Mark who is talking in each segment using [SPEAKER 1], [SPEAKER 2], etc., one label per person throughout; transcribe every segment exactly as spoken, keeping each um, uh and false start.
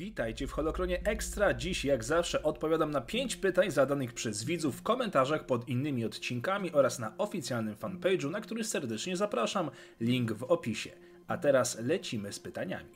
[SPEAKER 1] Witajcie w Holokronie Extra. Dziś jak zawsze odpowiadam na pięć pytań zadanych przez widzów w komentarzach pod innymi odcinkami oraz na oficjalnym fanpage'u, na który serdecznie zapraszam. Link w opisie. A teraz lecimy z pytaniami.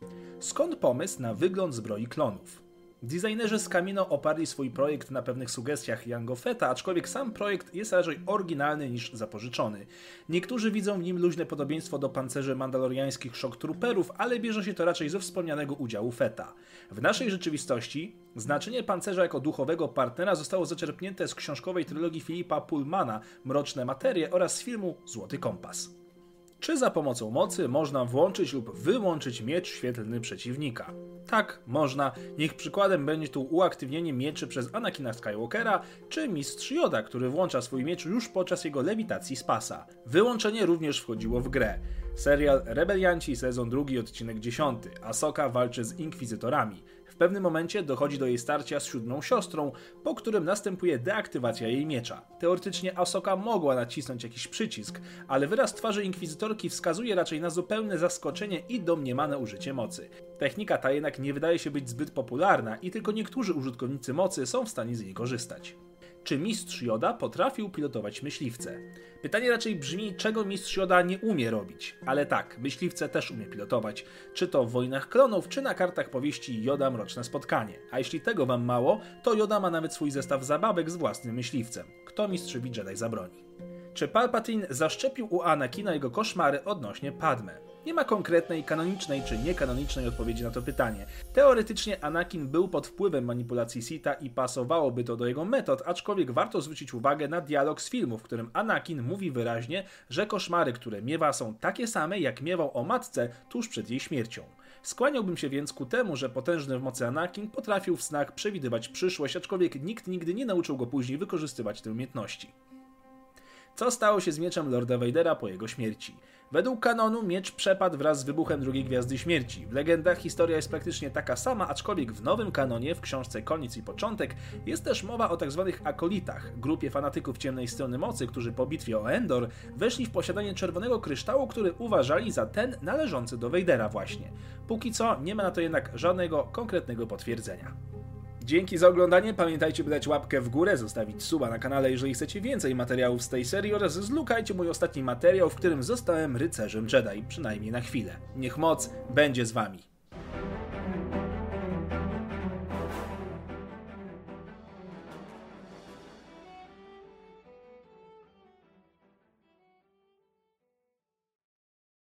[SPEAKER 1] Skąd pomysł na wygląd zbroi klonów? Designerzy z Kamino oparli swój projekt na pewnych sugestiach Jango Fetta, aczkolwiek sam projekt jest raczej oryginalny niż zapożyczony. Niektórzy widzą w nim luźne podobieństwo do pancerzy mandaloriańskich Shock Trooperów, ale bierze się to raczej ze wspomnianego udziału Fetta. W naszej rzeczywistości znaczenie pancerza jako duchowego partnera zostało zaczerpnięte z książkowej trylogii Philippa Pullmana Mroczne Materie oraz z filmu Złoty Kompas. Czy za pomocą mocy można włączyć lub wyłączyć miecz świetlny przeciwnika? Tak, można. Niech przykładem będzie tu uaktywnienie mieczy przez Anakina Skywalkera, czy Mistrz Yoda, który włącza swój miecz już podczas jego lewitacji z pasa. Wyłączenie również wchodziło w grę. Serial Rebelianci, sezon drugi, odcinek dziesiąty. Ahsoka walczy z inkwizytorami. W pewnym momencie dochodzi do jej starcia z siódmą siostrą, po którym następuje deaktywacja jej miecza. Teoretycznie Ahsoka mogła nacisnąć jakiś przycisk, ale wyraz twarzy inkwizytorki wskazuje raczej na zupełne zaskoczenie i domniemane użycie mocy. Technika ta jednak nie wydaje się być zbyt popularna i tylko niektórzy użytkownicy mocy są w stanie z niej korzystać. Czy Mistrz Yoda potrafił pilotować myśliwce? Pytanie raczej brzmi, czego Mistrz Yoda nie umie robić. Ale tak, myśliwce też umie pilotować. Czy to w Wojnach Klonów, czy na kartach powieści Yoda Mroczne Spotkanie. A jeśli tego wam mało, to Yoda ma nawet swój zestaw zabawek z własnym myśliwcem. Kto mistrzowi Jedi zabroni? Czy Palpatine zaszczepił u Anakina jego koszmary odnośnie Padme? Nie ma konkretnej, kanonicznej czy niekanonicznej odpowiedzi na to pytanie. Teoretycznie Anakin był pod wpływem manipulacji Sitha i pasowałoby to do jego metod, aczkolwiek warto zwrócić uwagę na dialog z filmu, w którym Anakin mówi wyraźnie, że koszmary, które miewa, są takie same, jak miewał o matce tuż przed jej śmiercią. Skłaniałbym się więc ku temu, że potężny w mocy Anakin potrafił w snach przewidywać przyszłość, aczkolwiek nikt nigdy nie nauczył go później wykorzystywać tej umiejętności. Co stało się z mieczem Lorda Vadera po jego śmierci? Według kanonu miecz przepadł wraz z wybuchem drugiej Gwiazdy Śmierci. W legendach historia jest praktycznie taka sama, aczkolwiek w nowym kanonie, w książce Koniec i Początek, jest też mowa o tzw. akolitach, grupie fanatyków ciemnej strony mocy, którzy po bitwie o Endor weszli w posiadanie czerwonego kryształu, który uważali za ten należący do Vadera właśnie. Póki co nie ma na to jednak żadnego konkretnego potwierdzenia. Dzięki za oglądanie, pamiętajcie by dać łapkę w górę, zostawić suba na kanale, jeżeli chcecie więcej materiałów z tej serii oraz zlukajcie mój ostatni materiał, w którym zostałem rycerzem Jedi, przynajmniej na chwilę. Niech moc będzie z wami.